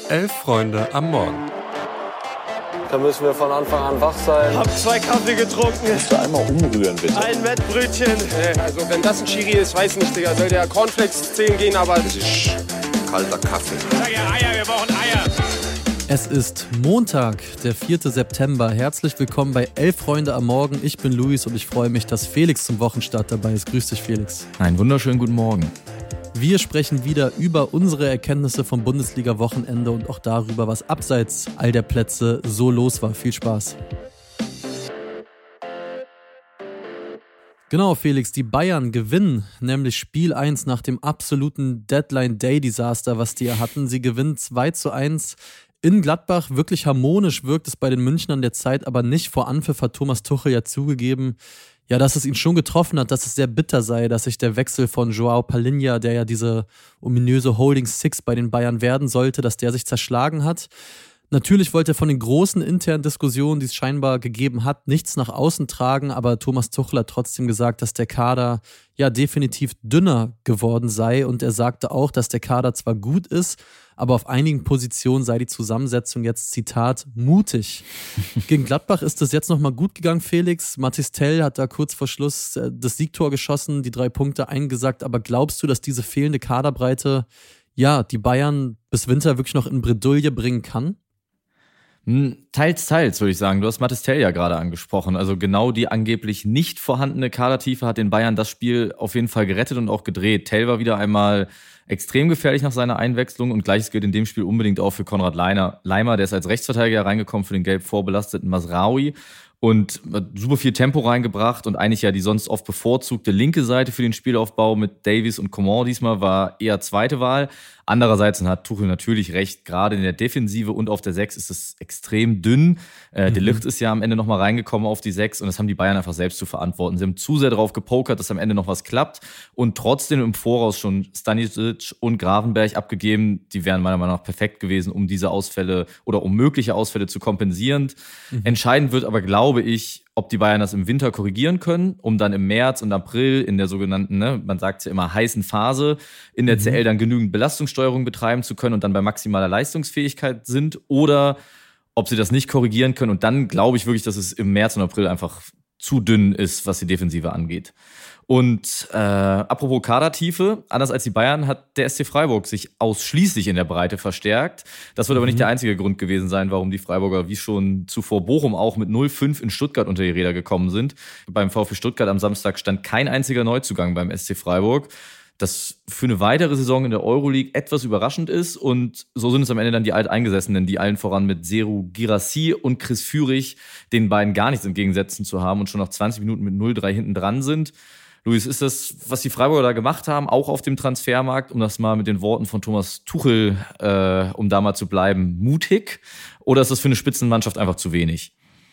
11 Freunde am Morgen. Da müssen wir von Anfang an wach sein. Hab 2 Kaffee getrunken. Musst du einmal umrühren, bitte. Ein Wettbrötchen. Also wenn das ein Schiri ist, weiß nicht, Digga. Soll der Cornflakes 10 gehen, aber... Das ist kalter Kaffee. Sag ja Eier, wir brauchen Eier. Es ist Montag, der 4. September. Herzlich willkommen bei 11 Freunde am Morgen. Ich bin Luis und ich freue mich, dass Felix zum Wochenstart dabei ist. Grüß dich, Felix. Einen wunderschönen guten Morgen. Wir sprechen wieder über unsere Erkenntnisse vom Bundesliga-Wochenende und auch darüber, was abseits all der Plätze so los war. Viel Spaß. Genau, Felix, die Bayern gewinnen nämlich Spiel 1 nach dem absoluten Deadline-Day-Desaster, was die ja hatten. Sie gewinnen 2:1 in Gladbach. Wirklich harmonisch wirkt es bei den Münchnern der Zeit, aber nicht. Vor Anpfiff hat Thomas Tuchel ja zugegeben, ja, dass es ihn schon getroffen hat, dass es sehr bitter sei, dass sich der Wechsel von João Palhinha, der ja diese ominöse Holding Six bei den Bayern werden sollte, dass der sich zerschlagen hat. Natürlich wollte er von den großen internen Diskussionen, die es scheinbar gegeben hat, nichts nach außen tragen, aber Thomas Tuchel hat trotzdem gesagt, dass der Kader ja definitiv dünner geworden sei und er sagte auch, dass der Kader zwar gut ist, aber auf einigen Positionen sei die Zusammensetzung jetzt, Zitat, mutig. Gegen Gladbach ist es jetzt nochmal gut gegangen, Felix. Mathys Tel hat da kurz vor Schluss das Siegtor geschossen, die 3 Punkte eingesackt, aber glaubst du, dass diese fehlende Kaderbreite ja die Bayern bis Winter wirklich noch in Bredouille bringen kann? Teils, würde ich sagen. Du hast Mathys Tel ja gerade angesprochen. Also genau die angeblich nicht vorhandene Kadertiefe hat den Bayern das Spiel auf jeden Fall gerettet und auch gedreht. Tel war wieder einmal extrem gefährlich nach seiner Einwechslung und Gleiches gilt in dem Spiel unbedingt auch für Konrad Laimer. Der ist als Rechtsverteidiger reingekommen für den gelb vorbelasteten Masraoui und hat super viel Tempo reingebracht und eigentlich ja die sonst oft bevorzugte linke Seite für den Spielaufbau mit Davies und Coman diesmal war eher zweite Wahl. Andererseits hat Tuchel natürlich recht, gerade in der Defensive und auf der 6 ist es extrem dünn. De Ligt ist ja am Ende nochmal reingekommen auf die 6 und das haben die Bayern einfach selbst zu verantworten. Sie haben zu sehr drauf gepokert, dass am Ende noch was klappt und trotzdem im Voraus schon Stanisic und Gravenberch abgegeben. Die wären meiner Meinung nach perfekt gewesen, um diese Ausfälle oder um mögliche Ausfälle zu kompensieren. Entscheidend wird aber, glaube ich, ob die Bayern das im Winter korrigieren können, um dann im März und April in der sogenannten, man sagt es ja immer, heißen Phase in der CL dann genügend Belastungssteuerung betreiben zu können und dann bei maximaler Leistungsfähigkeit sind oder ob sie das nicht korrigieren können und dann glaube ich wirklich, dass es im März und April einfach zu dünn ist, was die Defensive angeht. Und apropos Kadertiefe, anders als die Bayern hat der SC Freiburg sich ausschließlich in der Breite verstärkt. Das wird aber nicht der einzige Grund gewesen sein, warum die Freiburger wie schon zuvor Bochum auch mit 0:5 in Stuttgart unter die Räder gekommen sind. Beim VfB Stuttgart am Samstag stand kein einziger Neuzugang beim SC Freiburg. Das für eine weitere Saison in der Euroleague etwas überraschend ist und so sind es am Ende dann die Alteingesessenen, die allen voran mit Serhou Guirassy und Chris Führig den beiden gar nichts entgegensetzen zu haben und schon nach 20 Minuten mit 0:3 hinten dran sind. Luis, ist das, was die Freiburger da gemacht haben, auch auf dem Transfermarkt, um das mal mit den Worten von Thomas Tuchel, um da mal zu bleiben, mutig? Oder ist das für eine Spitzenmannschaft einfach zu wenig?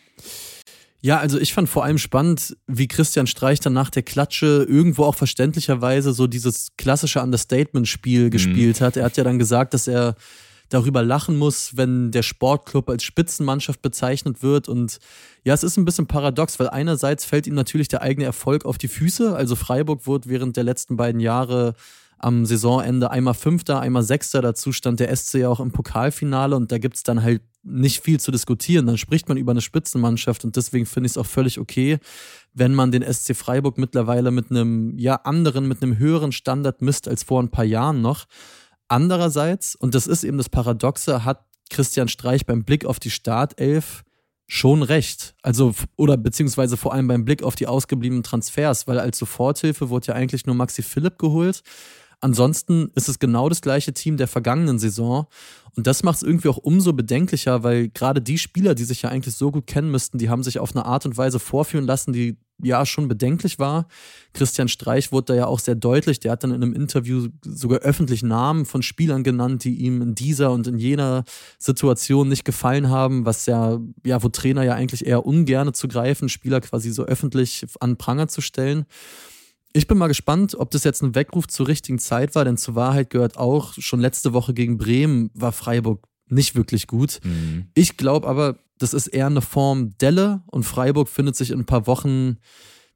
Ja, also ich fand vor allem spannend, wie Christian Streich dann nach der Klatsche irgendwo auch verständlicherweise so dieses klassische Understatement-Spiel gespielt hat. Er hat ja dann gesagt, dass er darüber lachen muss, wenn der Sportclub als Spitzenmannschaft bezeichnet wird. Und ja, es ist ein bisschen paradox, weil einerseits fällt ihm natürlich der eigene Erfolg auf die Füße. Also Freiburg wurde während der letzten beiden Jahre am Saisonende einmal Fünfter, einmal Sechster. Dazu stand der SC ja auch im Pokalfinale und da gibt es dann halt nicht viel zu diskutieren. Dann spricht man über eine Spitzenmannschaft und deswegen finde ich es auch völlig okay, wenn man den SC Freiburg mittlerweile mit einem anderen, mit einem höheren Standard misst als vor ein paar Jahren noch. Andererseits, und das ist eben das Paradoxe, hat Christian Streich beim Blick auf die Startelf schon recht. Also, oder beziehungsweise vor allem beim Blick auf die ausgebliebenen Transfers, weil als Soforthilfe wurde ja eigentlich nur Maxi Philipp geholt. Ansonsten ist es genau das gleiche Team der vergangenen Saison. Und das macht es irgendwie auch umso bedenklicher, weil gerade die Spieler, die sich ja eigentlich so gut kennen müssten, die haben sich auf eine Art und Weise vorführen lassen, die ja schon bedenklich war. Christian Streich wurde da ja auch sehr deutlich. Der hat dann in einem Interview sogar öffentlich Namen von Spielern genannt, die ihm in dieser und in jener Situation nicht gefallen haben, was ja, wo Trainer ja eigentlich eher ungerne zu greifen, Spieler quasi so öffentlich an Pranger zu stellen. Ich bin mal gespannt, ob das jetzt ein Weckruf zur richtigen Zeit war, denn zur Wahrheit gehört auch, schon letzte Woche gegen Bremen war Freiburg nicht wirklich gut. Ich glaube aber, das ist eher eine Form Delle und Freiburg findet sich in ein paar Wochen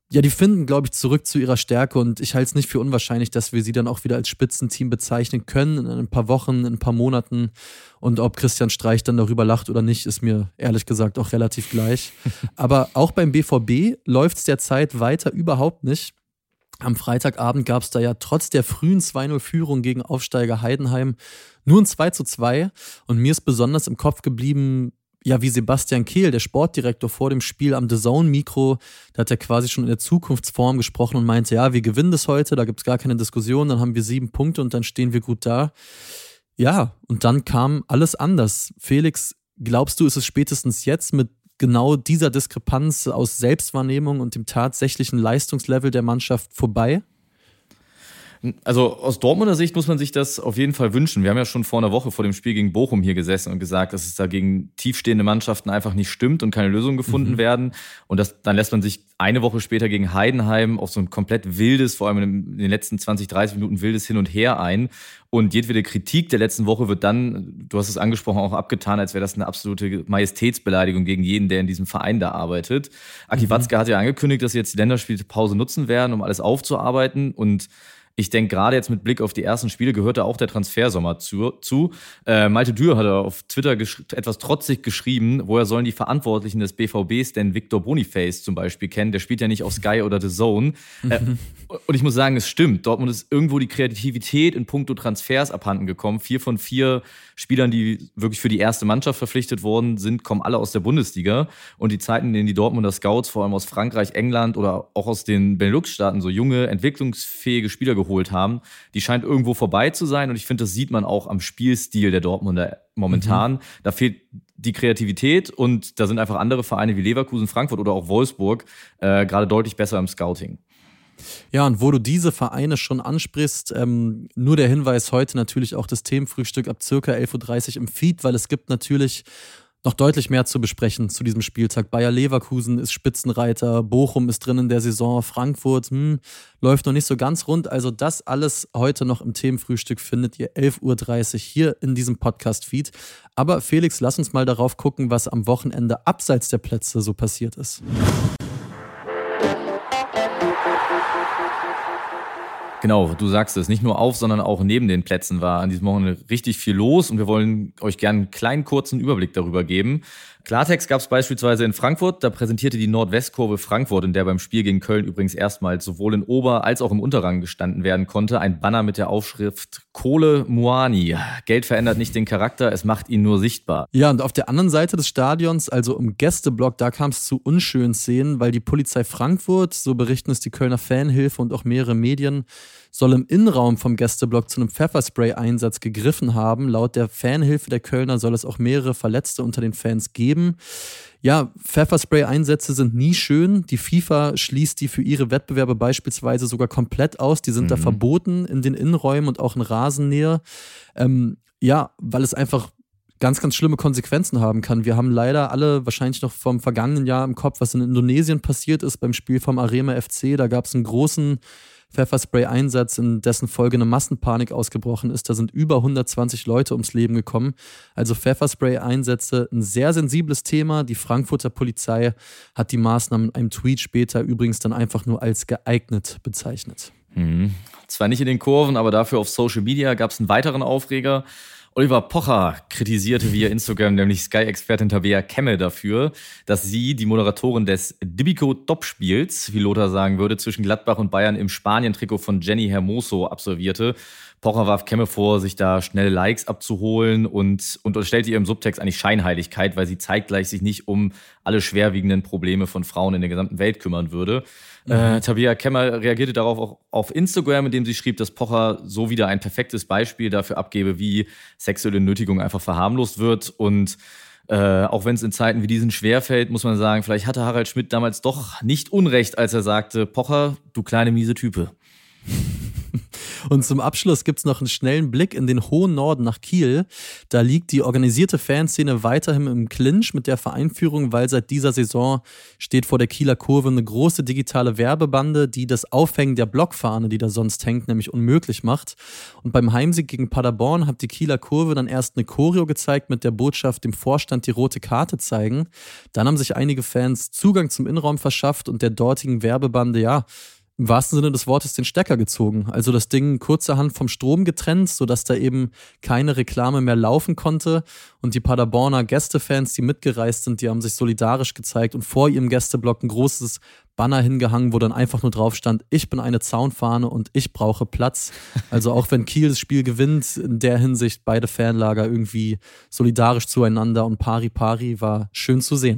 Ja, die finden, glaube ich, zurück zu ihrer Stärke und ich halte es nicht für unwahrscheinlich, dass wir sie dann auch wieder als Spitzenteam bezeichnen können in ein paar Wochen, in ein paar Monaten. Und ob Christian Streich dann darüber lacht oder nicht, ist mir ehrlich gesagt auch relativ gleich. Aber auch beim BVB läuft es derzeit weiter überhaupt nicht. Am Freitagabend gab es da ja trotz der frühen 2-0-Führung gegen Aufsteiger Heidenheim nur ein 2:2. Und mir ist besonders im Kopf geblieben, ja, wie Sebastian Kehl, der Sportdirektor, vor dem Spiel am DAZN-Mikro, da hat er quasi schon in der Zukunftsform gesprochen und meinte, ja, wir gewinnen das heute, da gibt es gar keine Diskussion, dann haben wir 7 Punkte und dann stehen wir gut da. Ja, und dann kam alles anders. Felix, glaubst du, ist es spätestens jetzt mit genau dieser Diskrepanz aus Selbstwahrnehmung und dem tatsächlichen Leistungslevel der Mannschaft vorbei? Also aus Dortmunder Sicht muss man sich das auf jeden Fall wünschen. Wir haben ja schon vor einer Woche vor dem Spiel gegen Bochum hier gesessen und gesagt, dass es da gegen tiefstehende Mannschaften einfach nicht stimmt und keine Lösungen gefunden werden. Und dann lässt man sich eine Woche später gegen Heidenheim auf so ein komplett wildes, vor allem in den letzten 20, 30 Minuten wildes Hin und Her ein. Und jedwede Kritik der letzten Woche wird dann, du hast es angesprochen, auch abgetan, als wäre das eine absolute Majestätsbeleidigung gegen jeden, der in diesem Verein da arbeitet. Aki Watzke hat ja angekündigt, dass sie jetzt die Länderspielpause nutzen werden, um alles aufzuarbeiten. Und ich denke, gerade jetzt mit Blick auf die ersten Spiele gehörte auch der Transfersommer zu. Malte Dürr hat auf Twitter etwas trotzig geschrieben, woher sollen die Verantwortlichen des BVBs denn Victor Boniface zum Beispiel kennen? Der spielt ja nicht auf Sky oder The Zone. Und ich muss sagen, es stimmt. Dortmund ist irgendwo die Kreativität in puncto Transfers abhanden gekommen. 4 von 4 Spielern, die wirklich für die erste Mannschaft verpflichtet worden sind, kommen alle aus der Bundesliga. Und die Zeiten, in denen die Dortmunder Scouts vor allem aus Frankreich, England oder auch aus den Benelux-Staaten so junge, entwicklungsfähige Spieler geholt haben, die scheint irgendwo vorbei zu sein. Und ich finde, das sieht man auch am Spielstil der Dortmunder momentan. Da fehlt die Kreativität und da sind einfach andere Vereine wie Leverkusen, Frankfurt oder auch Wolfsburg gerade deutlich besser im Scouting. Ja, und wo du diese Vereine schon ansprichst, nur der Hinweis, heute natürlich auch das Themenfrühstück ab circa 11:30 Uhr im Feed, weil es gibt natürlich noch deutlich mehr zu besprechen zu diesem Spieltag. Bayer Leverkusen ist Spitzenreiter, Bochum ist drin in der Saison, Frankfurt läuft noch nicht so ganz rund. Also das alles heute noch im Themenfrühstück findet ihr 11:30 Uhr hier in diesem Podcast-Feed. Aber Felix, lass uns mal darauf gucken, was am Wochenende abseits der Plätze so passiert ist. Genau, du sagst es, nicht nur auf, sondern auch neben den Plätzen war an diesem Wochenende richtig viel los und wir wollen euch gerne einen kleinen kurzen Überblick darüber geben. Klartext gab es beispielsweise in Frankfurt, da präsentierte die Nordwestkurve Frankfurt, in der beim Spiel gegen Köln übrigens erstmals sowohl in Ober- als auch im Unterrang gestanden werden konnte, ein Banner mit der Aufschrift Kohle Muani. Geld verändert nicht den Charakter, es macht ihn nur sichtbar. Ja, und auf der anderen Seite des Stadions, also im Gästeblock, da kam es zu unschönen Szenen, weil die Polizei Frankfurt, so berichten es die Kölner Fanhilfe und auch mehrere Medien, soll im Innenraum vom Gästeblock zu einem Pfefferspray-Einsatz gegriffen haben. Laut der Fanhilfe der Kölner soll es auch mehrere Verletzte unter den Fans geben. Ja, Pfefferspray-Einsätze sind nie schön. Die FIFA schließt die für ihre Wettbewerbe beispielsweise sogar komplett aus. Die sind da verboten in den Innenräumen und auch in Rasennähe. Ja, weil es einfach ganz, ganz schlimme Konsequenzen haben kann. Wir haben leider alle wahrscheinlich noch vom vergangenen Jahr im Kopf, was in Indonesien passiert ist beim Spiel vom Arema FC. Da gab es einen großen Pfefferspray-Einsatz, in dessen Folge eine Massenpanik ausgebrochen ist. Da sind über 120 Leute ums Leben gekommen. Also Pfefferspray-Einsätze, ein sehr sensibles Thema. Die Frankfurter Polizei hat die Maßnahmen in einem Tweet später übrigens dann einfach nur als geeignet bezeichnet. Zwar nicht in den Kurven, aber dafür auf Social Media gab es einen weiteren Aufreger. Oliver Pocher kritisierte via Instagram nämlich Sky-Expertin Tabea Kemme dafür, dass sie die Moderatorin des Dibico-Top-Spiels, wie Lothar sagen würde, zwischen Gladbach und Bayern im Spanien-Trikot von Jenny Hermoso absolvierte. Pocher warf Kemme vor, sich da schnelle Likes abzuholen und unterstellte ihr im Subtext eigentlich Scheinheiligkeit, weil sie zeitgleich sich nicht um alle schwerwiegenden Probleme von Frauen in der gesamten Welt kümmern würde. Tabea Kemmer reagierte darauf auch auf Instagram, indem sie schrieb, dass Pocher so wieder ein perfektes Beispiel dafür abgebe, wie sexuelle Nötigung einfach verharmlost wird. Und auch wenn es in Zeiten wie diesen schwerfällt, muss man sagen, vielleicht hatte Harald Schmidt damals doch nicht Unrecht, als er sagte, Pocher, du kleine miese Type. Und zum Abschluss gibt es noch einen schnellen Blick in den hohen Norden nach Kiel. Da liegt die organisierte Fanszene weiterhin im Clinch mit der Vereinführung, weil seit dieser Saison steht vor der Kieler Kurve eine große digitale Werbebande, die das Aufhängen der Blockfahne, die da sonst hängt, nämlich unmöglich macht. Und beim Heimsieg gegen Paderborn hat die Kieler Kurve dann erst eine Choreo gezeigt mit der Botschaft, dem Vorstand die rote Karte zeigen. Dann haben sich einige Fans Zugang zum Innenraum verschafft und der dortigen Werbebande, ja, im wahrsten Sinne des Wortes den Stecker gezogen. Also das Ding kurzerhand vom Strom getrennt, sodass da eben keine Reklame mehr laufen konnte. Und die Paderborner Gästefans, die mitgereist sind, die haben sich solidarisch gezeigt und vor ihrem Gästeblock ein großes Banner hingehangen, wo dann einfach nur drauf stand, ich bin eine Zaunfahne und ich brauche Platz. Also auch wenn Kiel das Spiel gewinnt, in der Hinsicht beide Fanlager irgendwie solidarisch zueinander und pari pari war schön zu sehen.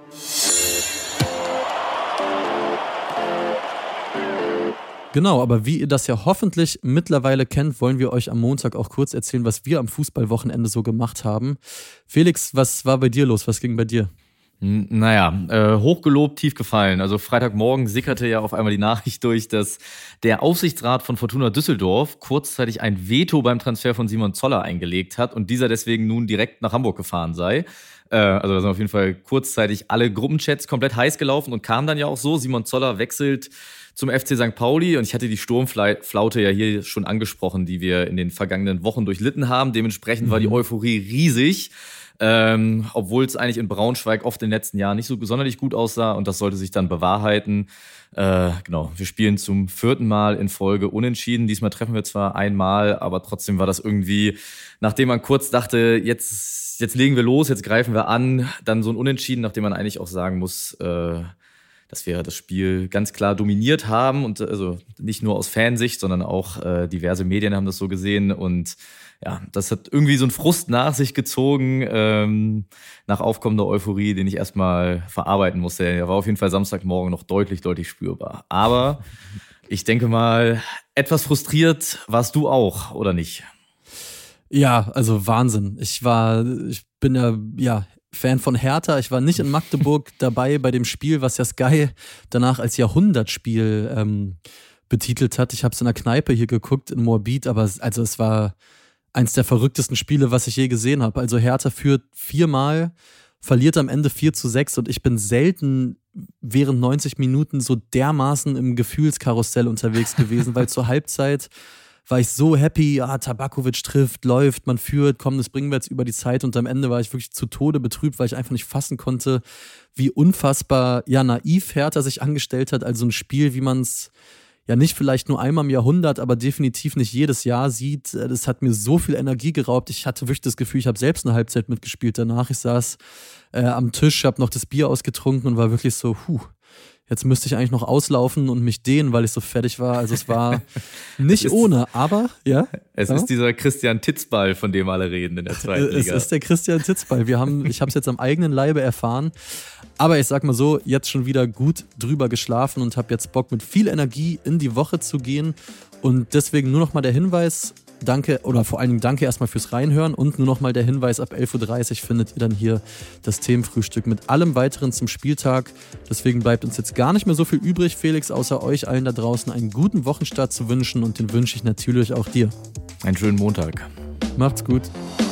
Genau, aber wie ihr das ja hoffentlich mittlerweile kennt, wollen wir euch am Montag auch kurz erzählen, was wir am Fußballwochenende so gemacht haben. Felix, was war bei dir los? Was ging bei dir? Naja, hochgelobt, tief gefallen. Also Freitagmorgen sickerte ja auf einmal die Nachricht durch, dass der Aufsichtsrat von Fortuna Düsseldorf kurzzeitig ein Veto beim Transfer von Simon Zoller eingelegt hat und dieser deswegen nun direkt nach Hamburg gefahren sei. Also da sind auf jeden Fall kurzzeitig alle Gruppenchats komplett heiß gelaufen und kam dann ja auch so. Simon Zoller wechselt zum FC St. Pauli und ich hatte die Sturmflaute ja hier schon angesprochen, die wir in den vergangenen Wochen durchlitten haben. Dementsprechend war die Euphorie riesig, obwohl es eigentlich in Braunschweig oft in den letzten Jahren nicht so sonderlich gut aussah und das sollte sich dann bewahrheiten. Genau, wir spielen zum 4. Mal in Folge unentschieden. Diesmal treffen wir zwar einmal, aber trotzdem war das irgendwie, nachdem man kurz dachte, jetzt legen wir los, jetzt greifen wir an, dann so ein Unentschieden, nachdem man eigentlich auch sagen muss, dass wir das Spiel ganz klar dominiert haben und also nicht nur aus Fansicht, sondern auch diverse Medien haben das so gesehen und ja, das hat irgendwie so einen Frust nach sich gezogen, nach aufkommender Euphorie, den ich erstmal verarbeiten musste. Der war auf jeden Fall Samstagmorgen noch deutlich bin aber ich denke mal, etwas frustriert warst du auch, oder nicht? Ja, also Wahnsinn. Ich bin ja Fan von Hertha. Ich war nicht in Magdeburg dabei bei dem Spiel, was ja Sky danach als Jahrhundertspiel betitelt hat. Ich habe es in der Kneipe hier geguckt in Moabit, aber es war eins der verrücktesten Spiele, was ich je gesehen habe. Also Hertha führt 4-mal, verliert am Ende 4-6 und ich bin selten während 90 Minuten so dermaßen im Gefühlskarussell unterwegs gewesen, weil zur Halbzeit war ich so happy, Tabakovic trifft, läuft, man führt, komm, das bringen wir jetzt über die Zeit und am Ende war ich wirklich zu Tode betrübt, weil ich einfach nicht fassen konnte, wie unfassbar naiv Hertha sich angestellt hat, also ein Spiel, wie man es ja nicht vielleicht nur einmal im Jahrhundert, aber definitiv nicht jedes Jahr sieht. Das hat mir so viel Energie geraubt. Ich hatte wirklich das Gefühl, ich habe selbst eine Halbzeit mitgespielt danach. Ich saß am Tisch, habe noch das Bier ausgetrunken und war wirklich so, jetzt müsste ich eigentlich noch auslaufen und mich dehnen, weil ich so fertig war. Also es war nicht ohne, aber ja. Es ist dieser Christian Titzball, von dem alle reden in der zweiten Liga. Es ist der Christian Titzball. Ich habe es jetzt am eigenen Leibe erfahren. Aber ich sag mal so, jetzt schon wieder gut drüber geschlafen und habe jetzt Bock, mit viel Energie in die Woche zu gehen. Und deswegen nur noch mal der Hinweis, danke erstmal fürs Reinhören und nur noch mal der Hinweis, ab 11.30 Uhr findet ihr dann hier das Themenfrühstück mit allem Weiteren zum Spieltag. Deswegen bleibt uns jetzt gar nicht mehr so viel übrig, Felix, außer euch allen da draußen einen guten Wochenstart zu wünschen und den wünsche ich natürlich auch dir. Einen schönen Montag. Macht's gut.